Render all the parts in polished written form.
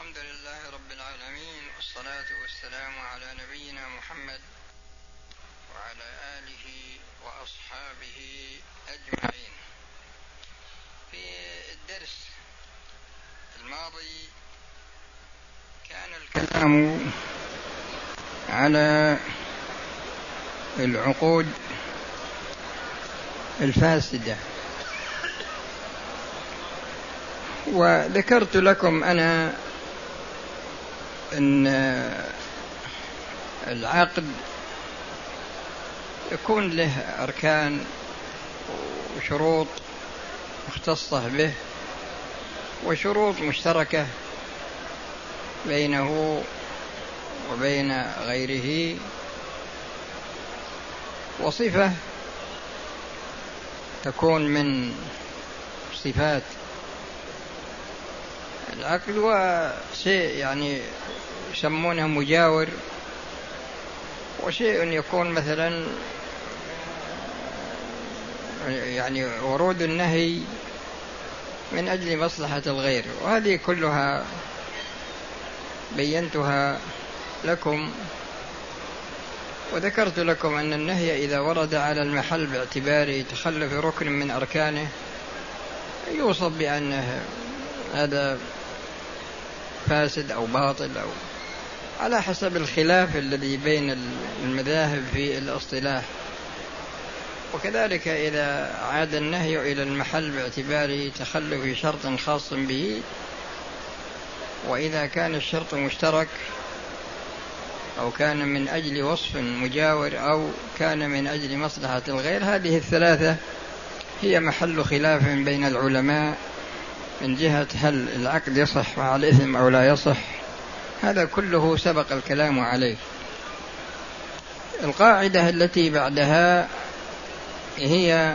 الحمد لله رب العالمين، والصلاة والسلام على نبينا محمد وعلى آله وأصحابه أجمعين. في الدرس الماضي كان الكلام على العقود الفاسدة، وذكرت لكم أنا أن العقد يكون له أركان وشروط مختصة به وشروط مشتركة بينه وبين غيره، وصفة تكون من صفات العقد، وشيء يعني يسمونه مجاور، وشيء يكون مثلا يعني ورود النهي من أجل مصلحة الغير، وهذه كلها بينتها لكم. وذكرت لكم أن النهي إذا ورد على المحل باعتبار تخلف ركن من أركانه يوصف بأنه هذا فاسد أو باطل، أو على حسب الخلاف الذي بين المذاهب في الاصطلاح. وكذلك إذا عاد النهي إلى المحل باعتبار تخلف شرط خاص به، وإذا كان الشرط مشترك أو كان من أجل وصف مجاور أو كان من أجل مصلحة الغير، هذه الثلاثة هي محل خلاف بين العلماء من جهة هل العقد يصح مع الإثم أو لا يصح. هذا كله سبق الكلام عليه. القاعدة التي بعدها هي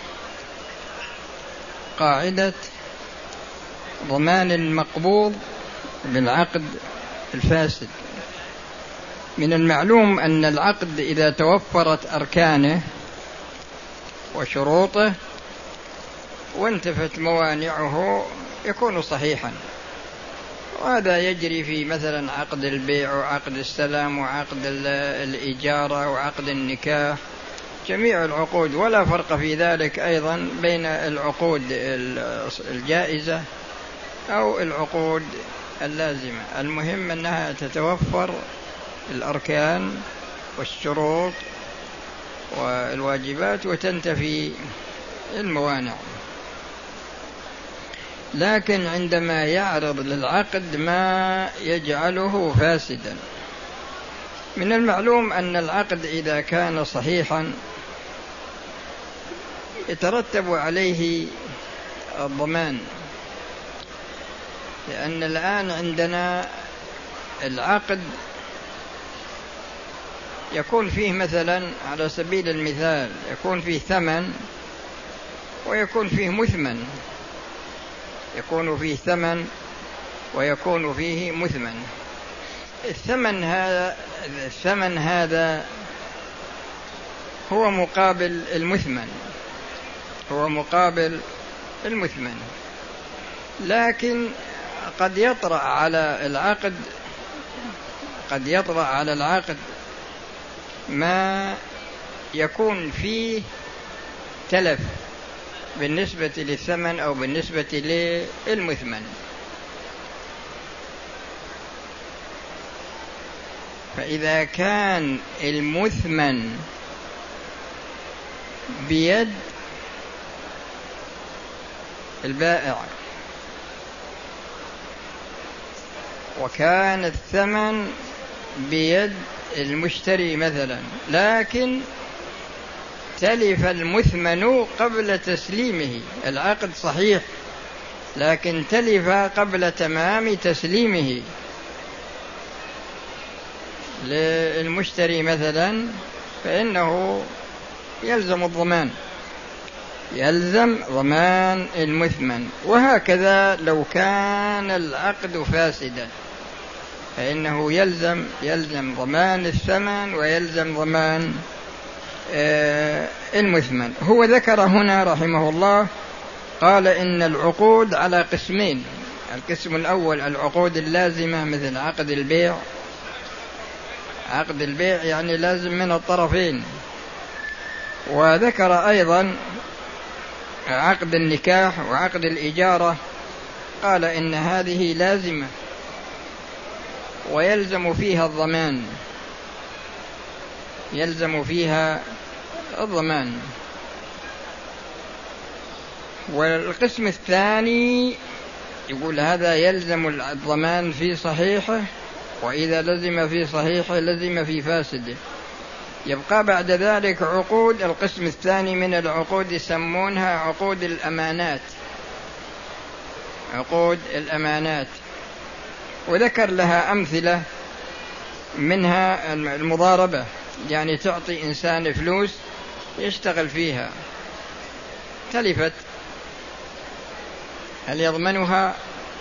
قاعدة ضمان المقبوض بالعقد الفاسد. من المعلوم أن العقد إذا توفرت أركانه وشروطه وانتفت موانعه يكون صحيحا، وهذا يجري في مثلا عقد البيع وعقد السلام وعقد الإجارة وعقد النكاح، جميع العقود، ولا فرق في ذلك أيضا بين العقود الجائزة أو العقود اللازمة. المهم أنها تتوفر الأركان والشروط والواجبات وتنتفي الموانع. لكن عندما يعرض للعقد ما يجعله فاسدا، من المعلوم أن العقد إذا كان صحيحا يترتب عليه الضمان، لأن الآن عندنا العقد يكون فيه مثلا على سبيل المثال يكون فيه ثمن ويكون فيه مثمن، يكون فيه ثمن ويكون فيه مثمن. الثمن هذا هو مقابل المثمن، هو مقابل المثمن. لكن قد يطرأ على العقد ما يكون فيه تلف بالنسبة للثمن أو بالنسبة للمثمن. فإذا كان المثمن بيد البائع وكان الثمن بيد المشتري مثلا، لكن تلف المثمن قبل تسليمه، العقد صحيح لكن تلف قبل تمام تسليمه للمشتري مثلا، فإنه يلزم الضمان، يلزم ضمان المثمن. وهكذا لو كان العقد فاسدا فإنه يلزم ضمان الثمن ويلزم ضمان المثمن. هو ذكر هنا رحمه الله قال إن العقود على قسمين: القسم الأول العقود اللازمة مثل عقد البيع. عقد البيع يعني لازم من الطرفين. وذكر أيضا عقد النكاح وعقد الإجارة، قال إن هذه لازمة ويلزم فيها الضمان، يلزم فيها الضمان. والقسم الثاني يقول هذا يلزم الضمان في صحيحه، وإذا لزم في صحيحه لزم في فاسده. يبقى بعد ذلك عقود القسم الثاني من العقود يسمونها عقود الأمانات، عقود الأمانات. وذكر لها أمثلة، منها المضاربة، يعني تعطي إنسان فلوس يشتغل فيها، تلفت، هل يضمنها؟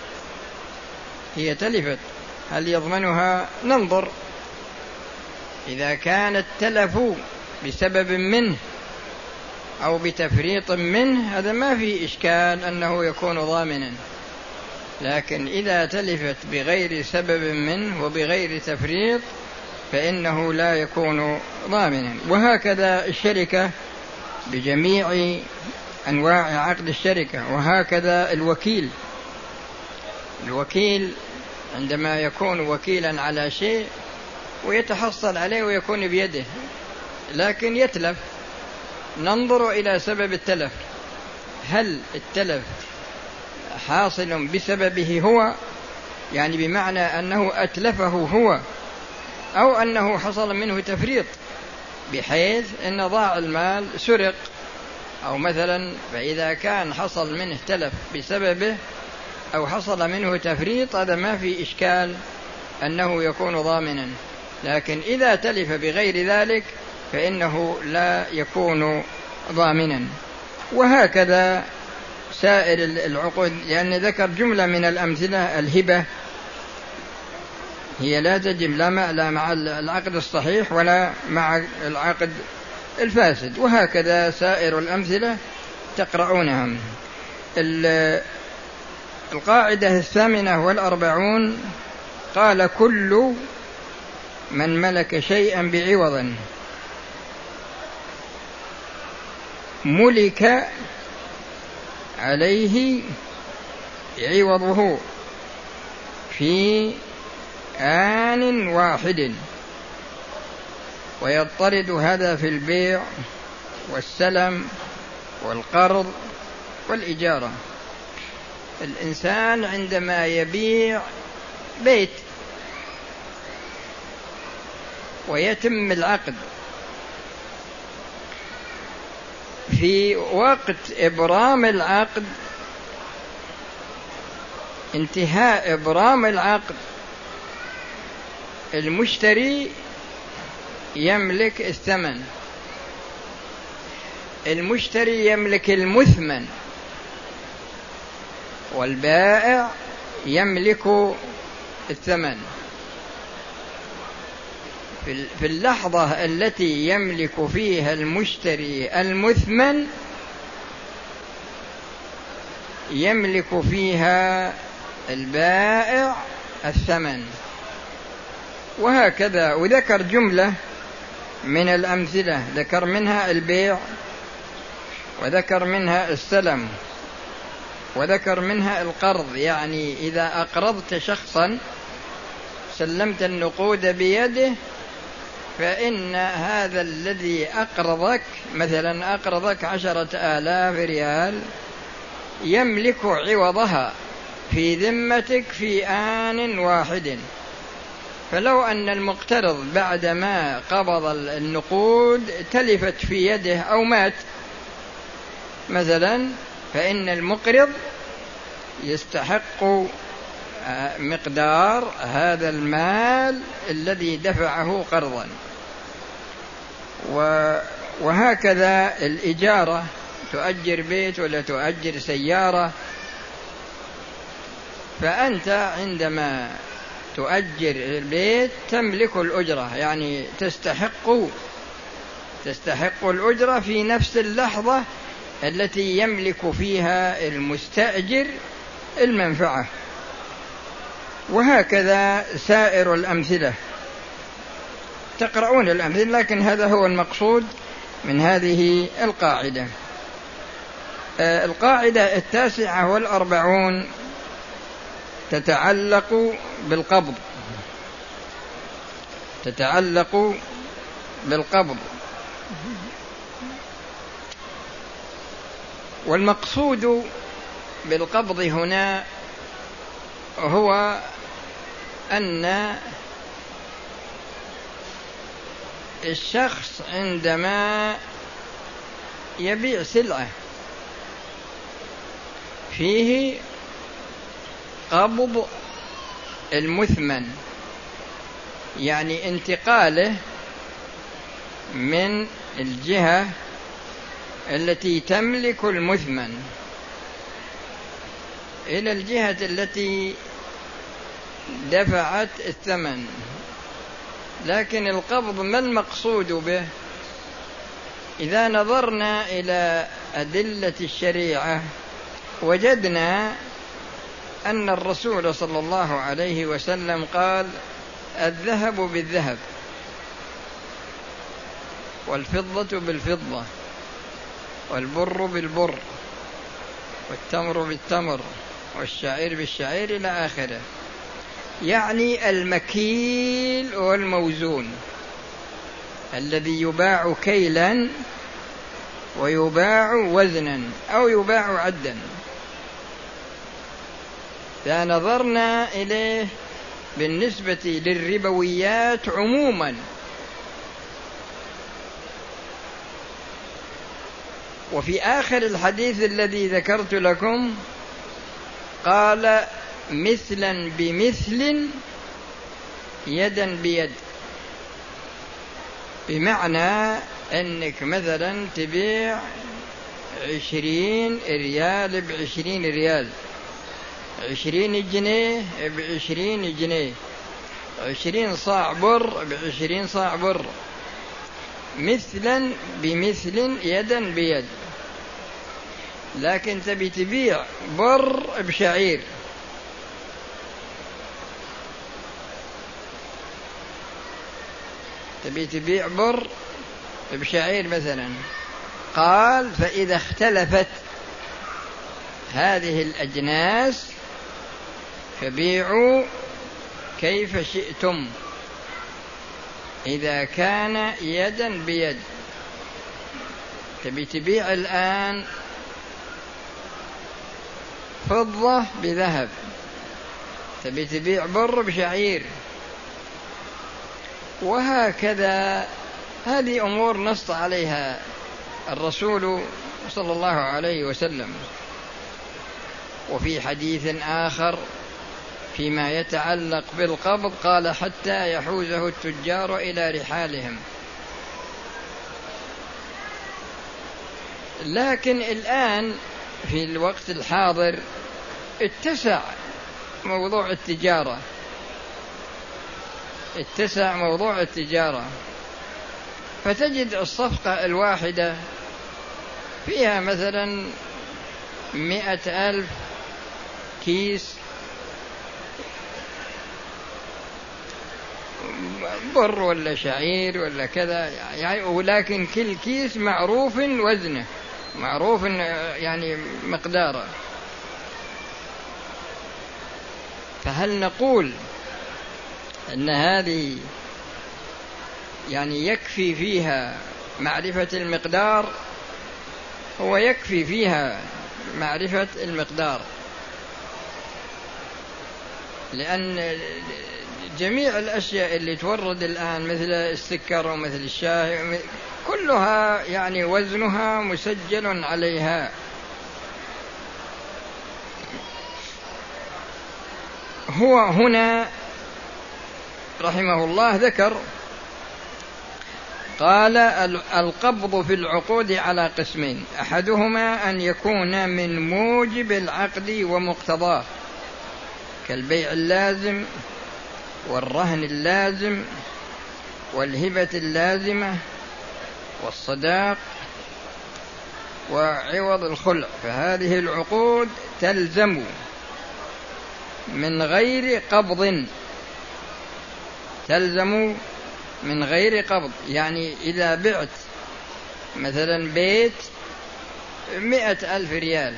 هي تلفت، هل يضمنها؟ ننظر. إذا كان التلف بسبب منه أو بتفريط منه هذا ما في إشكال أنه يكون ضامنا، لكن إذا تلفت بغير سبب منه وبغير تفريط فإنه لا يكون ضامنا. وهكذا الشركة بجميع أنواع عقد الشركة، وهكذا الوكيل. الوكيل عندما يكون وكيلا على شيء ويتحصل عليه ويكون بيده لكن يتلف، ننظر إلى سبب التلف، هل التلف حاصل بسببه هو، يعني بمعنى أنه أتلفه هو، أو أنه حصل منه تفريط بحيث أن ضاع المال، سرق أو مثلا. فإذا كان حصل منه تلف بسببه أو حصل منه تفريط هذا ما في إشكال أنه يكون ضامنا، لكن إذا تلف بغير ذلك فإنه لا يكون ضامنا. وهكذا سائر العقود، لأن ذكر جملة من الأمثلة. الهبة هي لا تجب لا مع العقد الصحيح ولا مع العقد الفاسد، وهكذا سائر الأمثلة تقرؤونها. القاعدة 48 قال كل من ملك شيئا بعوض ملك عليه عوضه في آن واحد، ويضطرد هذا في البيع والسلم والقرض والإجارة. الإنسان عندما يبيع بيت ويتم العقد في وقت إبرام العقد، انتهاء إبرام العقد، المشتري يملك الثمن، المشتري يملك المثمن، والبائع يملك الثمن. في اللحظة التي يملك فيها المشتري المثمن يملك فيها البائع الثمن، وهكذا. وذكر جملة من الأمثلة، ذكر منها البيع، وذكر منها السلم، وذكر منها القرض، يعني إذا أقرضت شخصا سلمت النقود بيده فإن هذا الذي أقرضك، مثلا أقرضك 10,000 ريال، يملك عوضها في ذمتك في آن واحد. فلو أن المقترض بعدما قبض النقود تلفت في يده أو مات مثلا، فإن المقرض يستحق مقدار هذا المال الذي دفعه قرضا. وهكذا الإجارة، تؤجر بيت ولا تؤجر سيارة، فأنت عندما تؤجر البيت تملك الأجرة، يعني تستحق الأجرة في نفس اللحظة التي يملك فيها المستأجر المنفعة. وهكذا سائر الأمثلة، تقرؤون الأمثلة، لكن هذا هو المقصود من هذه القاعدة. القاعدة 49 تتعلق بالقبض، تتعلق بالقبض. والمقصود بالقبض هنا هو أن الشخص عندما يبيع سلعة فيه قبض المثمن، يعني انتقاله من الجهة التي تملك المثمن إلى الجهة التي دفعت الثمن. لكن القبض ما المقصود به؟ إذا نظرنا إلى أدلة الشريعة وجدنا أن الرسول صلى الله عليه وسلم قال: الذهب بالذهب، والفضة بالفضة، والبر بالبر، والتمر بالتمر، والشعير بالشعير إلى آخره، يعني المكيل والموزون الذي يباع كيلا ويباع وزنا أو يباع عدا. فنظرنا إليه بالنسبة للربويات عموما، وفي آخر الحديث الذي ذكرت لكم قال: مثلا بمثل يدا بيد، بمعنى أنك مثلا تبيع 20 ريال ب20 ريال، 20 جنيه ب20 جنيه، 20 صاع بر ب20 صاع بر، مثلا بمثل يدا بيد. لكن تبي تبيع بر بشعير، تبي تبيع بر بشعير مثلا، قال: فإذا اختلفت هذه الأجناس فبيعوا كيف شئتم، إذا كان يدا بيد. تبي تبيع الآن فضة بذهب، تبي تبيع بر بشعير، وهكذا. هذه أمور نص عليها الرسول صلى الله عليه وسلم. وفي حديث آخر فيما يتعلق بالقبض قال: حتى يحوزه التجار إلى رحالهم. لكن الآن في الوقت الحاضر اتسع موضوع التجارة، اتسع موضوع التجارة، فتجد الصفقة الواحدة فيها مثلا 100,000 كيس بر ولا شعير ولا كذا يعني، ولكن كل كيس معروف وزنه، معروف يعني مقداره. فهل نقول أن هذه يعني يكفي فيها معرفة المقدار؟ هو يكفي فيها معرفة المقدار، لأن جميع الأشياء اللي تورد الآن مثل السكر ومثل الشاي كلها يعني وزنها مسجل عليها. هو هنا رحمه الله ذكر قال: القبض في العقود على قسمين: أحدهما أن يكون من موجب العقد ومقتضاه، كالبيع اللازم والرهن اللازم والهبة اللازمة والصداق وعوض الخلع، فهذه العقود تلزم من غير قبض، تلزم من غير قبض. يعني إذا بعت مثلا بيت 100,000 ريال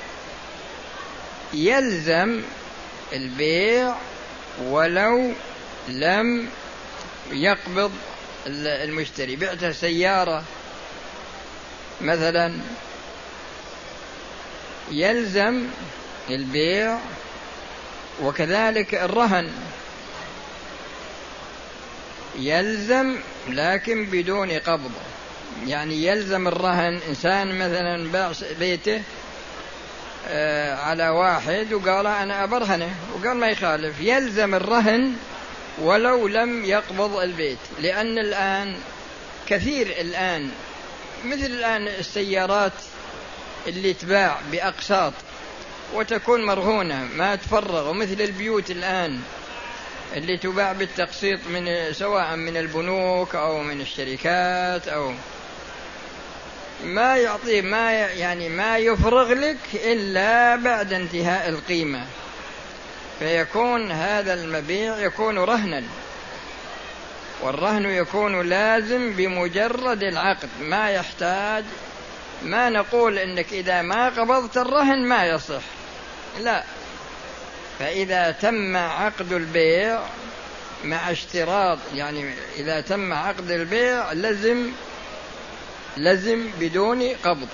يلزم البيع ولو لم يقبض المشتري. بعت سيارة مثلا يلزم البيع، وكذلك الرهن يلزم لكن بدون قبض. يعني يلزم الرهن، إنسان مثلا باع بيته على واحد وقال أنا أبرهنه وقال ما يخالف، يلزم الرهن ولو لم يقبض البيت. لأن الآن كثير الآن مثل الآن السيارات اللي تباع بأقساط وتكون مرهونة ما تفرغ، ومثل البيوت الآن اللي تباع بالتقسيط من سواء من البنوك أو من الشركات، أو ما يعطي ما يفرغ لك إلا بعد انتهاء القيمة، فيكون هذا المبيع يكون رهنا، والرهن يكون لازم بمجرد العقد، ما يحتاج، ما نقول إنك إذا ما قبضت الرهن ما يصح، لا. فإذا تم عقد البيع مع اشتراط، يعني إذا تم عقد البيع لزم بدون قبض.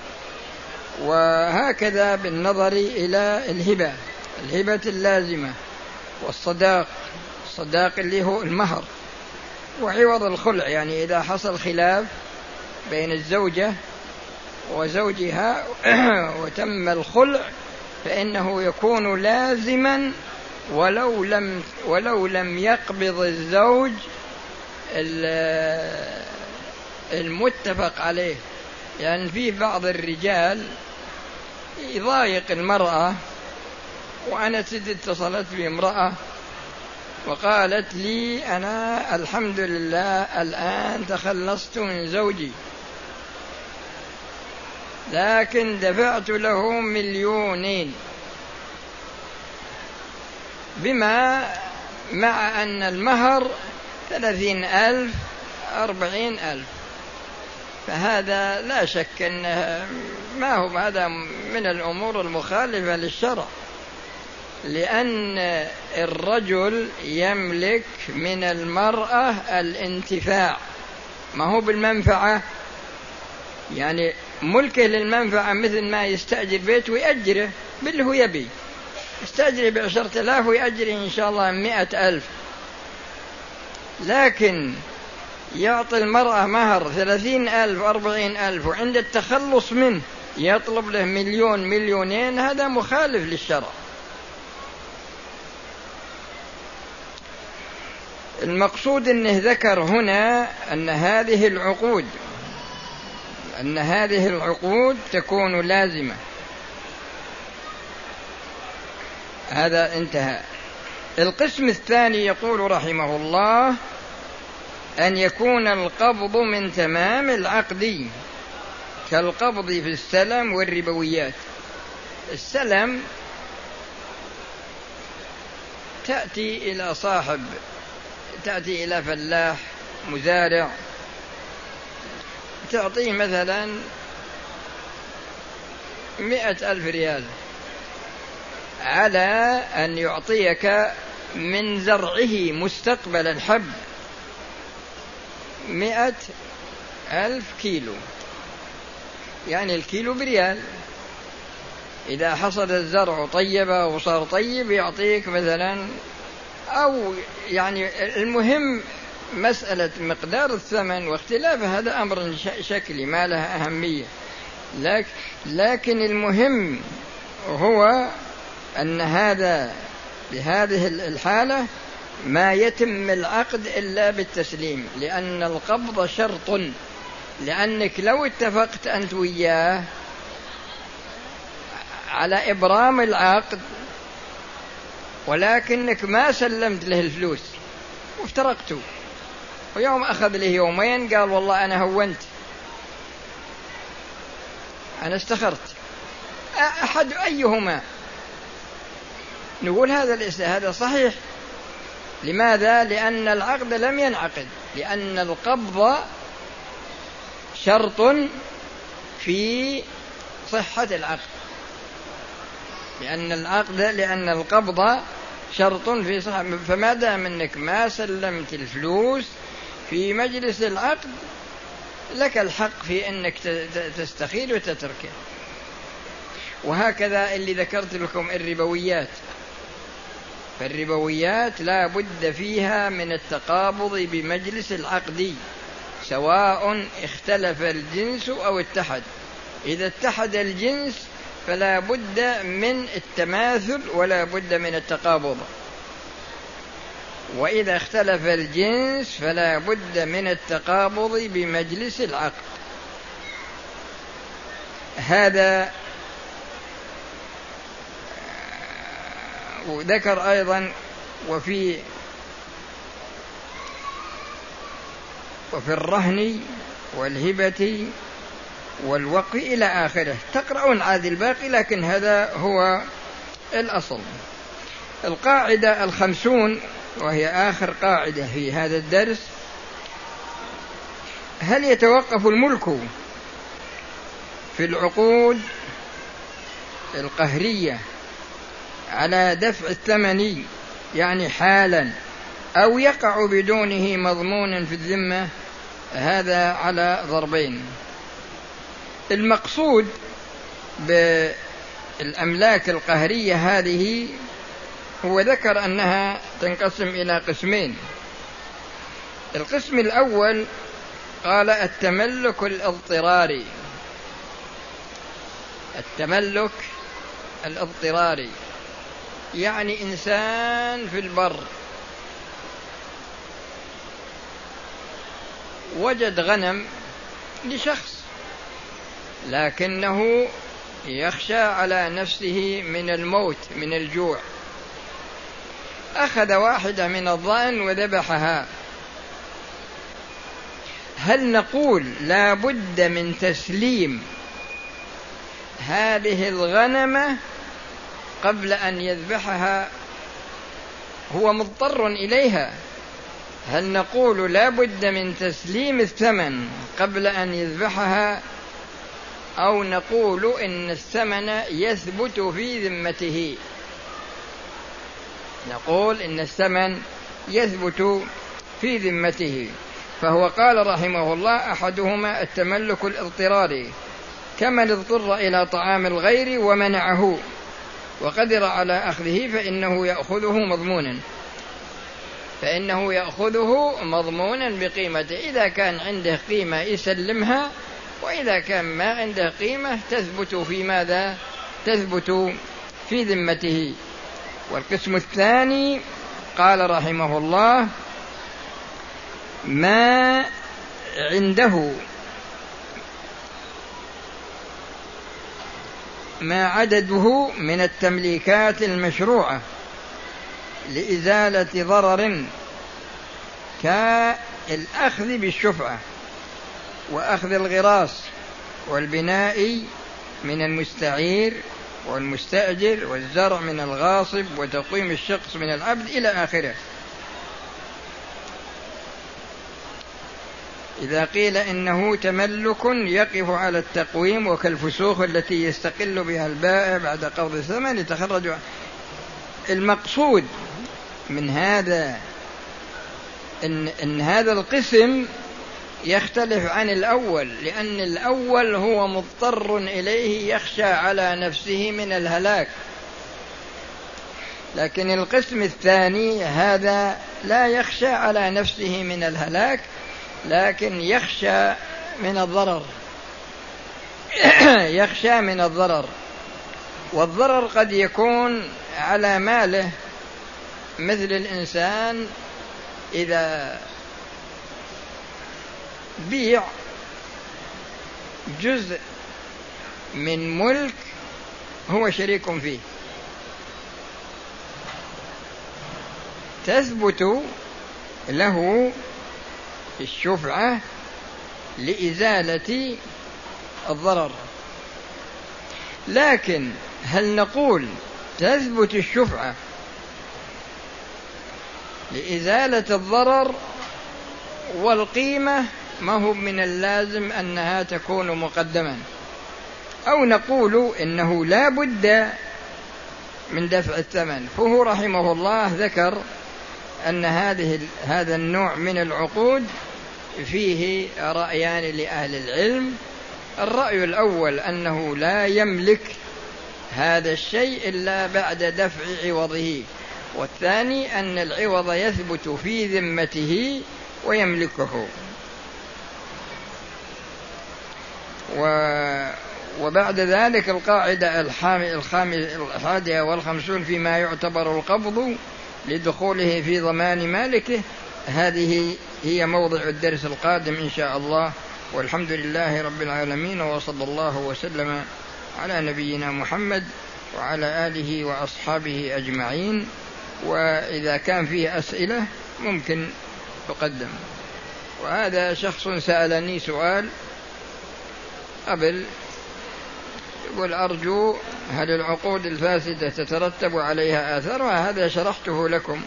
وهكذا بالنظر إلى الهبة اللازمة، والصداق اللي هو المهر، وعوض الخلع. يعني إذا حصل خلاف بين الزوجة وزوجها وتم الخلع فإنه يكون لازما ولو لم يقبض الزوج المتفق عليه. يعني في بعض الرجال يضايق المرأة، وأنا اتصلت بامرأة وقالت لي أنا الحمد لله الآن تخلصت من زوجي، لكن دفعت له 2,000,000 بما مع أن المهر 30,000 40,000. فهذا لا شك أنه ما هو هذا من الأمور المخالفة للشرع، لأن الرجل يملك من المرأة الانتفاع، ما هو بالمنفعة. يعني ملكه للمنفعة مثل ما يستأجر بيت ويأجره باللي هو يبي، يستأجره ب10,000 ويأجره إن شاء الله 100,000. لكن يعطي المرأة مهر 30,000 40,000 وعند التخلص منه يطلب له 1,000,000 2,000,000، هذا مخالف للشرع. المقصود أنه ذكر هنا أن هذه العقود تكون لازمة. هذا انتهى. القسم الثاني يقول رحمه الله أن يكون القبض من تمام العقد كالقبض في السلم والربويات. السلم تأتي إلى فلاح مزارع، تعطيه مثلا 100,000 ريال على أن يعطيك من زرعه مستقبل الحب 100,000 كيلو، يعني الكيلو بريال. إذا حصد الزرع طيبة وصار طيب يعطيك مثلا، أو يعني المهم مسألة مقدار الثمن واختلاف هذا أمر شكلي ما له أهمية، لكن المهم هو أن بهذه الحالة ما يتم العقد إلا بالتسليم، لأن القبض شرط، لأنك لو اتفقت أنت وياه على إبرام العقد ولكنك ما سلمت له الفلوس وافترقتوا، ويوم أخذ له يومين قال والله أنا هونت، أنا استخرت، أحد أيهما نقول هذا صحيح. لماذا؟ لأن العقد لم ينعقد، لأن القبض شرط في صحة العقد، لأن القبض شرط في صحة. فما دام أنك ما سلمت الفلوس في مجلس العقد لك الحق في أنك تستخيل وتتركه. وهكذا اللي ذكرت لكم الربويات، فالربويات لا بد فيها من التقابض بمجلس العقد، سواء اختلف الجنس أو اتحد. إذا اتحد الجنس فلا بد من التماثل ولا بد من التقابض، وإذا اختلف الجنس فلا بد من التقابض بمجلس العقد. هذا. وذكر أيضا وفي الرهن والهبة والوقف إلى آخره. تقرؤون عاد الباقي، لكن هذا هو الأصل. القاعدة 50 وهي آخر قاعدة في هذا الدرس: هل يتوقف الملك في العقود القهرية على دفع الثمن يعني حالا، أو يقع بدونه مضمون في الذمة؟ هذا على ضربين. المقصود بالأملاك القهرية هذه هو ذكر أنها تنقسم إلى قسمين. القسم الأول قال التملك الاضطراري. التملك الاضطراري يعني إنسان في البر وجد غنم لشخص، لكنه يخشى على نفسه من الموت من الجوع، أخذ واحدة من الضأن وذبحها. هل نقول لا بد من تسليم هذه الغنمة قبل أن يذبحها؟ هو مضطر إليها. هل نقول لا بد من تسليم الثمن قبل أن يذبحها، أو نقول إن الثمن يثبت في ذمته؟ نقول إن الثمن يثبت في ذمته. فهو قال رحمه الله: أحدهما التملك الاضطراري، كمن اضطر إلى طعام الغير ومنعه وقدر على أخذه فإنه يأخذه مضمونا بقيمته. إذا كان عنده قيمة يسلمها، وإذا كان ما عنده قيمة تثبت في ماذا؟ تثبت في ذمته. والقسم الثاني قال رحمه الله: ما عنده ما عدده من التمليكات المشروعة لإزالة ضرر كالأخذ بالشفعة وأخذ الغراس والبناء من المستعير والمستأجر والزرع من الغاصب وتقويم الشخص من العبد إلى آخره. إذا قيل إنه تملك يقف على التقويم وكالفسوق التي يستقل بها البائع بعد قبض الثمن يتخرج. المقصود من هذا إن هذا القسم يختلف عن الأول، لأن الأول هو مضطر إليه يخشى على نفسه من الهلاك، لكن القسم الثاني هذا لا يخشى على نفسه من الهلاك، لكن يخشى من الضرر يخشى من الضرر. والضرر قد يكون على ماله، مثل الإنسان إذا بيع جزء من ملك هو شريك فيه، تثبت له الشفعة لإزالة الضرر. لكن هل نقول تثبت الشفعة لإزالة الضرر، والقيمة ما هو من اللازم أنها تكون مقدما، أو نقول إنه لا بد من دفع الثمن. فهو رحمه الله ذكر أن هذا النوع من العقود فيه رأيان لأهل العلم. الرأي الأول أنه لا يملك هذا الشيء إلا بعد دفع عوضه، والثاني أن العوض يثبت في ذمته ويملكه. وبعد ذلك القاعدة 51 فيما يعتبر القبض لدخوله في ضمان مالكه. هذه هي موضع الدرس القادم إن شاء الله، والحمد لله رب العالمين، وصلى الله وسلم على نبينا محمد وعلى آله وأصحابه أجمعين. وإذا كان فيه أسئلة ممكن تقدم. وهذا شخص سألني سؤال قبل، يقول: أرجو هل العقود الفاسدة تترتب عليها آثار؟ وهذا شرحته لكم.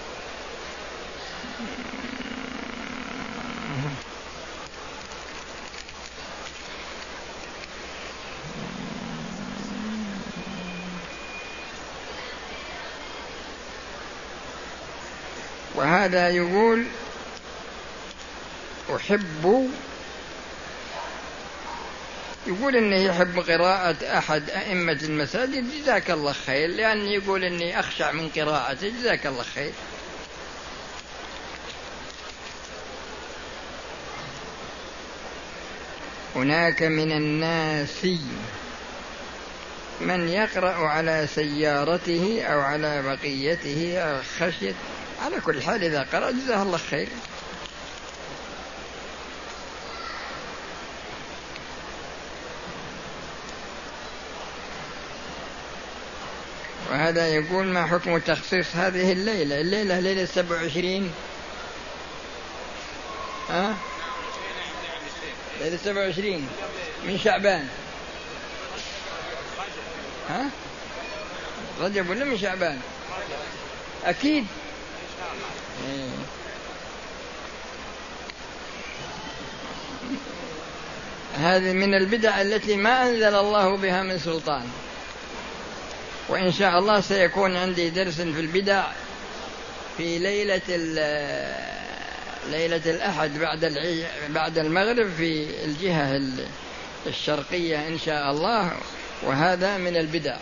وهذا يقول: يقول إنه يحب قراءة أحد أئمة المساجد، جزاك الله خير، لأن يقول إني أخشع من قراءته، جزاك الله خير. هناك من الناس من يقرأ على سيارته أو على بقيته أو خشية. على كل حال إذا قرأ جزاه الله خير. وهذا يقول: ما حكم تخصيص هذه الليلة ليلة 27؟ ليلة 27 من شعبان. رجب ولا من شعبان؟ أكيد. هذه من البدع التي ما أنزل الله بها من سلطان. وإن شاء الله سيكون عندي درس في البدع في ليلة الأحد بعد المغرب في الجهة الشرقية إن شاء الله، وهذا من البدع.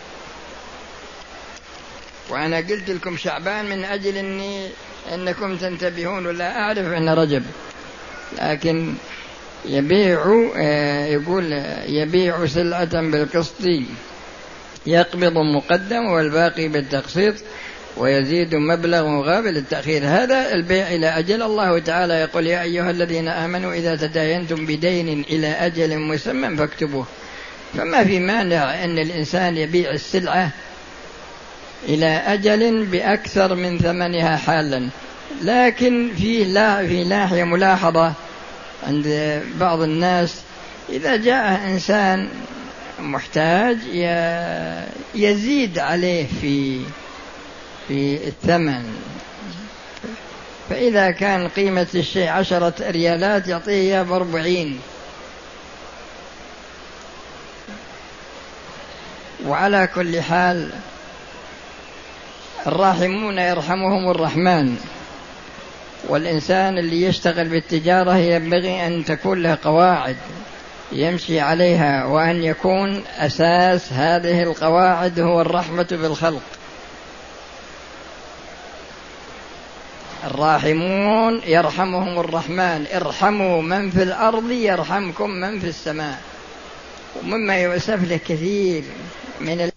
وأنا قلت لكم شعبان من أجل أنكم تنتبهون، ولا أعرف أن رجب، لكن يبيع سلعة بالقسط يقبض مقدم والباقي بالتقسيط ويزيد مبلغ مقابل التأخير. هذا البيع إلى أجل. الله تعالى يقول: يا أيها الذين آمنوا إذا تداينتم بدين إلى أجل مسمى فاكتبوه. فما في مانع أن الإنسان يبيع السلعة إلى أجل بأكثر من ثمنها حالا، لكن في ناحية ملاحظة عند بعض الناس: إذا جاء إنسان محتاج يزيد عليه في الثمن، فإذا كان قيمة الشيء 10 ريالات يعطيه 40. وعلى كل حال الراحمون يرحمهم الرحمن، والإنسان اللي يشتغل بالتجارة ينبغي أن تكون له قواعد يمشي عليها، وأن يكون أساس هذه القواعد هو الرحمة بالخلق. الراحمون يرحمهم الرحمن، ارحموا من في الأرض يرحمكم من في السماء. ومما يؤسف له كثير من